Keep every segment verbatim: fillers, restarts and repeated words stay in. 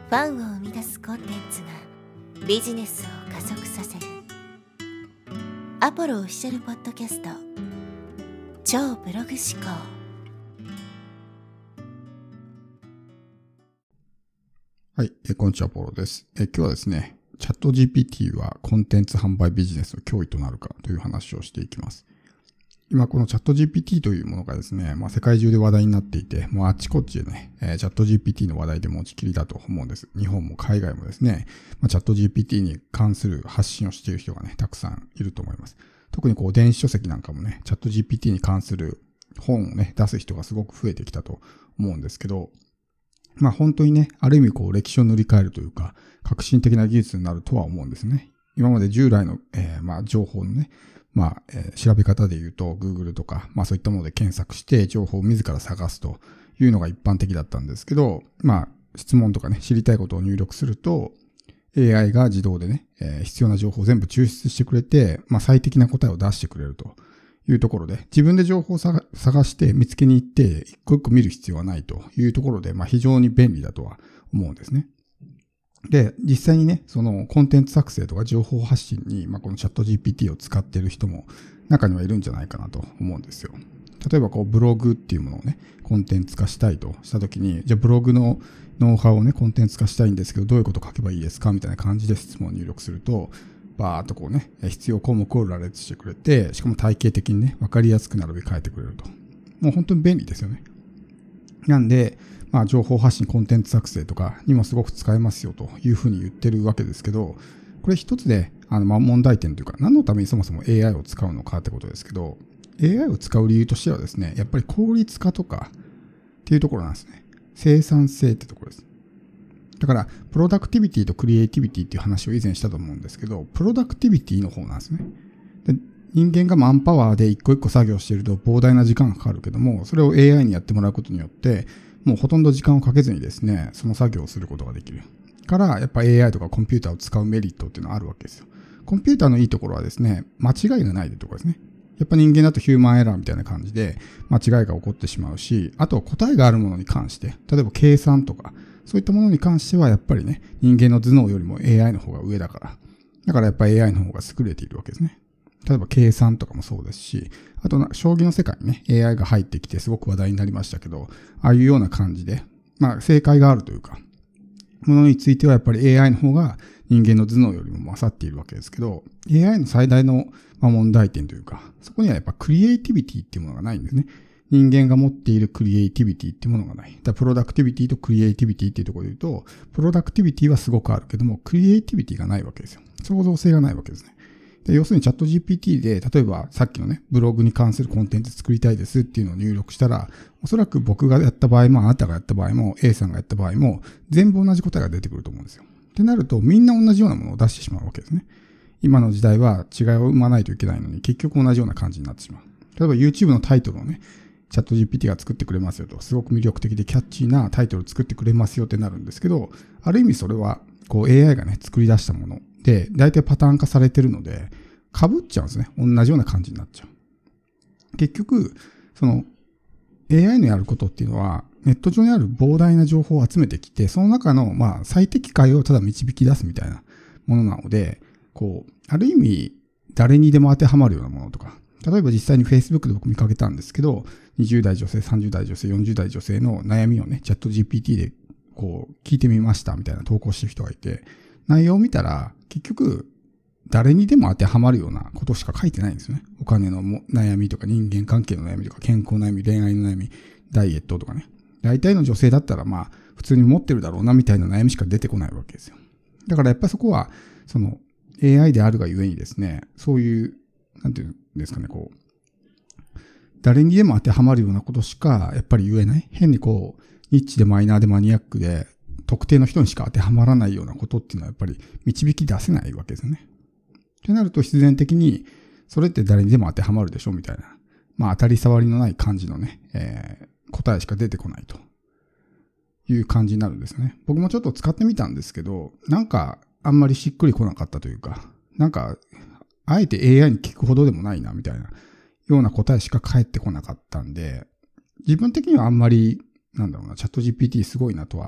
ファンを生み出すコンテンツがビジネスを加速させるアポロオフィシャルポッドキャスト超ブログ思考。 はい、えこんにちは、アポロです。え今日はですね、チャット ジーピーティー はコンテンツ販売ビジネスの脅威となるかという話をしていきます。今このチャット ジーピーティー というものがですね、まあ世界中で話題になっていて、もうあっちこっちでね、えー、チャット ジーピーティー の話題で持ちきりだと思うんです。日本も海外もですね、まあ、チャット ジーピーティー に関する発信をしている人がね、たくさんいると思います。特にこう電子書籍なんかもね、チャット ジーピーティー に関する本をね、出す人がすごく増えてきたと思うんですけど、まあ本当にね、ある意味こう歴史を塗り替えるというか、革新的な技術になるとは思うんですね。今まで従来の、えー、まあ情報のね、まあ、えー、調べ方で言うと Google とか、まあそういったもので検索して情報を自ら探すというのが一般的だったんですけど、まあ質問とかね、知りたいことを入力すると エーアイ が自動でね、えー、必要な情報を全部抽出してくれて、まあ最適な答えを出してくれるというところで、自分で情報を探して見つけに行って一個一個見る必要はないというところで、まあ非常に便利だとは思うんですね。で、実際にね、そのコンテンツ作成とか情報発信に、まあ、このチャット ジーピーティー を使っている人も中にはいるんじゃないかなと思うんですよ。例えばこうブログっていうものをね、コンテンツ化したいとしたときに、じゃあブログのノウハウをね、コンテンツ化したいんですけど、どういうこと書けばいいですかみたいな感じで質問を入力すると、バーっとこうね、必要項目を羅列してくれて、しかも体系的にね、わかりやすく並べ替えてくれると。もう本当に便利ですよね。なんで、まあ、情報発信、コンテンツ作成とかにもすごく使えますよというふうに言ってるわけですけど、これ一つで、あの、まあ、問題点というか、何のためにそもそも エーアイ を使うのかってことですけど、エーアイ を使う理由としてはですね、やっぱり効率化とかっていうところなんですね。生産性ってところです。だから、プロダクティビティとクリエイティビティっていう話を以前したと思うんですけど、プロダクティビティの方なんですね。で人間がマンパワーで一個一個作業していると膨大な時間がかかるけども、それを エーアイ にやってもらうことによって、もうほとんど時間をかけずにですね、その作業をすることができる。から、やっぱ エーアイ とかコンピューターを使うメリットっていうのはあるわけですよ。コンピューターのいいところはですね、間違いがないというところですね。やっぱ人間だとヒューマンエラーみたいな感じで間違いが起こってしまうし、あと答えがあるものに関して、例えば計算とか、そういったものに関してはやっぱりね、人間の頭脳よりも エーアイ の方が上だから。だからやっぱり エーアイ の方が優れているわけですね。例えば計算とかもそうですし、あと将棋の世界にね、エーアイ が入ってきてすごく話題になりましたけど、ああいうような感じで、まあ正解があるというか、ものについてはやっぱり エーアイ の方が人間の頭脳よりも勝っているわけですけど、エーアイ の最大の問題点というか、そこにはやっぱクリエイティビティっていうものがないんですね。人間が持っているクリエイティビティっていうものがない。だプロダクティビティとクリエイティビティっていうところで言うと、プロダクティビティはすごくあるけども、クリエイティビティがないわけですよ。創造性がないわけですね。で要するにチャット ジーピーティー で、例えばさっきのね、ブログに関するコンテンツ作りたいですっていうのを入力したら、おそらく僕がやった場合も、あなたがやった場合も、A さんがやった場合も、全部同じ答えが出てくると思うんですよ。ってなると、みんな同じようなものを出してしまうわけですね。今の時代は違いを生まないといけないのに、結局同じような感じになってしまう。例えば YouTube のタイトルをね、チャット ジーピーティー が作ってくれますよと、すごく魅力的でキャッチーなタイトルを作ってくれますよってなるんですけど、ある意味それは、こう エーアイ がね、作り出したもので、大体パターン化されてるので、被っちゃうんですね。同じような感じになっちゃう。結局、その エーアイ のやることっていうのは、ネット上にある膨大な情報を集めてきて、その中のまあ最適解をただ導き出すみたいなものなので、こう、ある意味誰にでも当てはまるようなものとか、例えば実際に Facebook で僕見かけたんですけど、にじゅう代女性、さんじゅう代女性、よんじゅう代女性の悩みをね、チャット ジーピーティー でこう聞いてみましたみたいな投稿してる人がいて、内容を見たら結局誰にでも当てはまるようなことしか書いてないんですよね。お金の悩みとか人間関係の悩みとか健康の悩み、恋愛の悩み、ダイエットとかね。大体の女性だったらまあ普通に持ってるだろうなみたいな悩みしか出てこないわけですよ。だからやっぱりそこはその エーアイ であるがゆえにですね、そういうなんていうんですかね、こう誰にでも当てはまるようなことしかやっぱり言えない。変にこうニッチでマイナーでマニアックで特定の人にしか当てはまらないようなことっていうのはやっぱり導き出せないわけですよね。ってなると必然的にそれって誰にでも当てはまるでしょみたいな、まあ当たり障りのない感じのね、えー、答えしか出てこないという感じになるんですね。僕もちょっと使ってみたんですけど、なんかあんまりしっくりこなかったというか、なんかあえて エーアイ に聞くほどでもないなみたいなような答えしか返ってこなかったんで、自分的にはあんまりなんだろうな、チャット ジーピーティー すごいなとは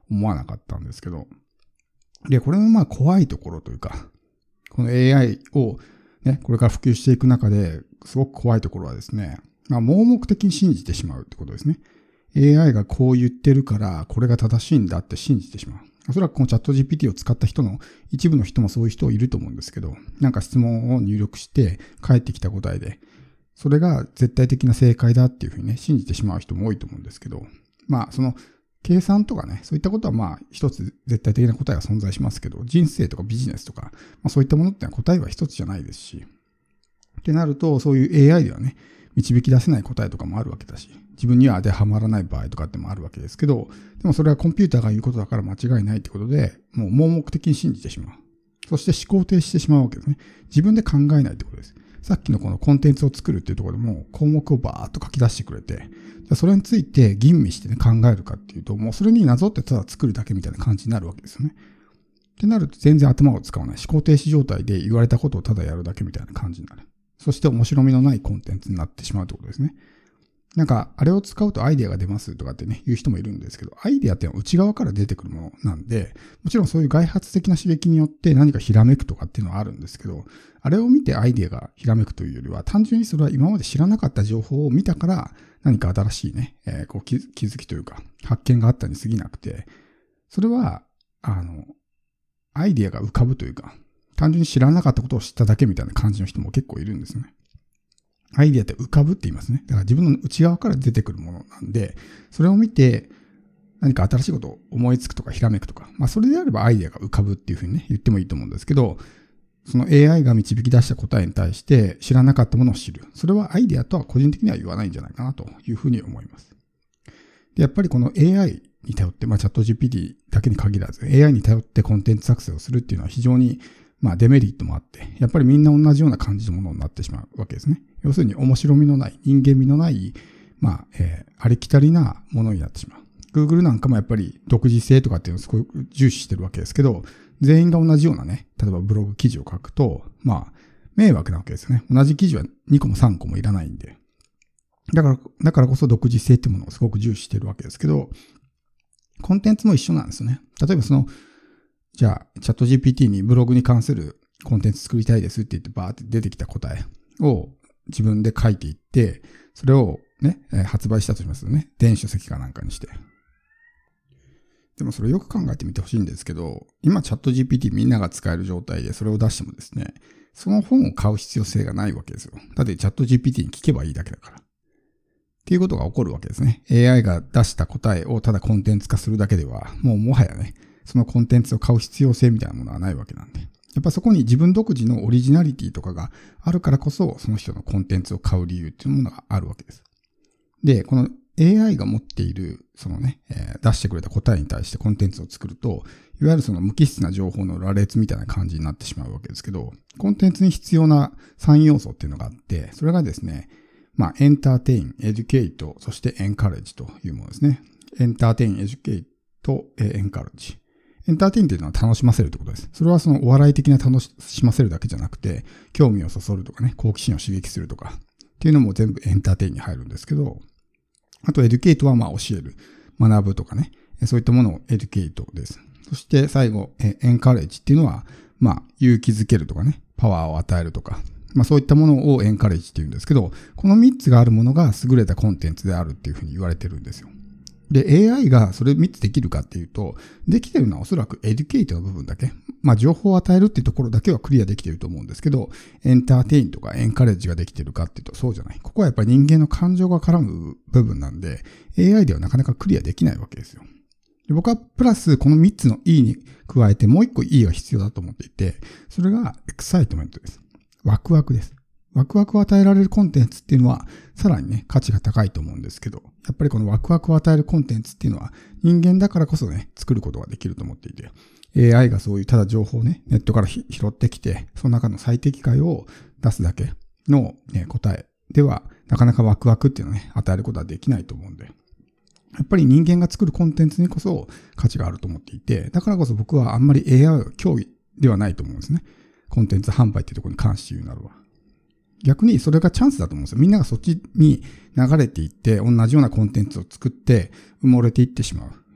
思わなかったんですけど。で、これのまあ怖いところというか、この エーアイ をね、これから普及していく中ですごく怖いところはですね、まあ盲目的に信じてしまうってことですね。エーアイ がこう言ってるからこれが正しいんだって信じてしまう。おそらくこのチャット ジーピーティー を使った人の一部の人もそういう人いると思うんですけど、なんか質問を入力して返ってきた答えで、それが絶対的な正解だっていうふうにね、信じてしまう人も多いと思うんですけど、まあその計算とかね、そういったことはまあ一つ絶対的な答えが存在しますけど、人生とかビジネスとか、まあ、そういったものってのは答えは一つじゃないですし、ってなるとそういう エーアイ ではね、導き出せない答えとかもあるわけだし、自分には当てはまらない場合とかってもあるわけですけど、でもそれはコンピューターが言うことだから間違いないってことで、もう盲目的に信じてしまう。そして思考停止してしまうわけですね。自分で考えないってことです。さっきのこのコンテンツを作るっていうところでも項目をバーっと書き出してくれて、じゃあそれについて吟味してね考えるかっていうと、もうそれになぞってただ作るだけみたいな感じになるわけですよね。ってなると全然頭を使わない。思考停止状態で言われたことをただやるだけみたいな感じになる。そして面白みのないコンテンツになってしまうってことですね。なんか、あれを使うとアイデアが出ますとかってね、言う人もいるんですけど、アイデアってのは内側から出てくるものなんで、もちろんそういう外発的な刺激によって何かひらめくとかっていうのはあるんですけど、あれを見てアイデアがひらめくというよりは、単純にそれは今まで知らなかった情報を見たから、何か新しいね、えー、こう気づきというか、発見があったに過ぎなくて、それは、あの、アイデアが浮かぶというか、単純に知らなかったことを知っただけみたいな感じの人も結構いるんですね。アイデアって浮かぶって言いますね。だから自分の内側から出てくるものなんで、それを見て何か新しいことを思いつくとかひらめくとか、まあそれであればアイデアが浮かぶっていうふうにね、言ってもいいと思うんですけど、その エーアイ が導き出した答えに対して知らなかったものを知る。それはアイデアとは個人的には言わないんじゃないかなというふうに思います。で、やっぱりこの エーアイ に頼って、まあチャット ジーピーティー だけに限らず、エーアイ に頼ってコンテンツ作成をするっていうのは非常にまあデメリットもあって、やっぱりみんな同じような感じのものになってしまうわけですね。要するに面白みのない、人間味のない、まあ、えー、ありきたりなものになってしまう。Google なんかもやっぱり独自性とかっていうのをすごく重視してるわけですけど、全員が同じようなね、例えばブログ記事を書くと、まあ、迷惑なわけですよね。同じ記事はにこもさんこもいらないんで。だから、だからこそ独自性っていうものをすごく重視してるわけですけど、コンテンツも一緒なんですよね。例えばその、じゃあ、チャット ジーピーティー にブログに関するコンテンツ作りたいですって言ってバーって出てきた答えを自分で書いていって、それをね、発売したとしますよね。電子書籍かなんかにして。でもそれよく考えてみてほしいんですけど、今チャット ジーピーティー みんなが使える状態でそれを出してもですね、その本を買う必要性がないわけですよ。だってチャット ジーピーティー に聞けばいいだけだから。っていうことが起こるわけですね。エーアイ が出した答えをただコンテンツ化するだけでは、もうもはやね、そのコンテンツを買う必要性みたいなものはないわけなんで。やっぱそこに自分独自のオリジナリティとかがあるからこそ、その人のコンテンツを買う理由っていうものがあるわけです。で、この エーアイ が持っている、そのね、えー、出してくれた答えに対してコンテンツを作ると、いわゆるその無機質な情報の羅列みたいな感じになってしまうわけですけど、コンテンツに必要なさん要素っていうのがあって、それがですね、まあ、エンターテイン、エデュケイト、そしてエンカレッジというものですね。エンターテイン、エデュケイト、エンカレッジ。エンターテインというのは楽しませるということです。それはそのお笑い的な楽しませるだけじゃなくて、興味をそそるとかね、好奇心を刺激するとか、っていうのも全部エンターテインに入るんですけど、あとエデュケイトはまあ教える、学ぶとかね、そういったものをエデュケイトです。そして最後、エンカレッジっていうのは、まあ勇気づけるとかね、パワーを与えるとか、まあそういったものをエンカレッジって言うんですけど、このみっつがあるものが優れたコンテンツであるっていうふうに言われてるんですよ。で、エーアイ がそれみっつできるかっていうと、できてるのはおそらくエデュケイトの部分だけ。まあ情報を与えるっていうところだけはクリアできてると思うんですけど、エンターテインとかエンカレッジができてるかっていうとそうじゃない。ここはやっぱり人間の感情が絡む部分なんで、エーアイ ではなかなかクリアできないわけですよ。で僕はプラスこのみっつの E に加えてもういっこ E が必要だと思っていて、それがエクサイトメントです。ワクワクです。ワクワクを与えられるコンテンツっていうのはさらにね価値が高いと思うんですけど、やっぱりこのワクワクを与えるコンテンツっていうのは人間だからこそね作ることができると思っていて、 エーアイ がそういうただ情報をねネットから拾ってきてその中の最適解を出すだけの、ね、答えではなかなかワクワクっていうのをね与えることはできないと思うんで、やっぱり人間が作るコンテンツにこそ価値があると思っていて、だからこそ僕はあんまり エーアイ は脅威ではないと思うんですね。コンテンツ販売っていうところに関して言うならば。逆にそれがチャンスだと思うんですよ。みんながそっちに流れていって同じようなコンテンツを作って埋もれていってしまう。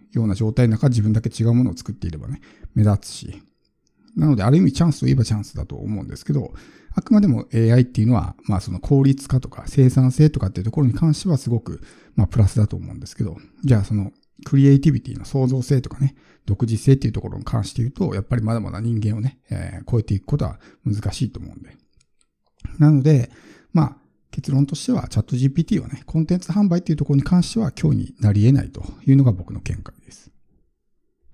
ような状態の中自分だけ違うものを作っていればね、目立つし。なので、ある意味チャンスといえばチャンスだと思うんですけど、あくまでも エーアイ っていうのは、まあその効率化とか生産性とかっていうところに関してはすごく、まあプラスだと思うんですけど、じゃあそのクリエイティビティの創造性とかね、独自性っていうところに関して言うと、やっぱりまだまだ人間をね、えー、超えていくことは難しいと思うんで。なので、まあ結論としてはチャット ジーピーティー はね、コンテンツ販売っていうところに関しては脅威になり得ないというのが僕の見解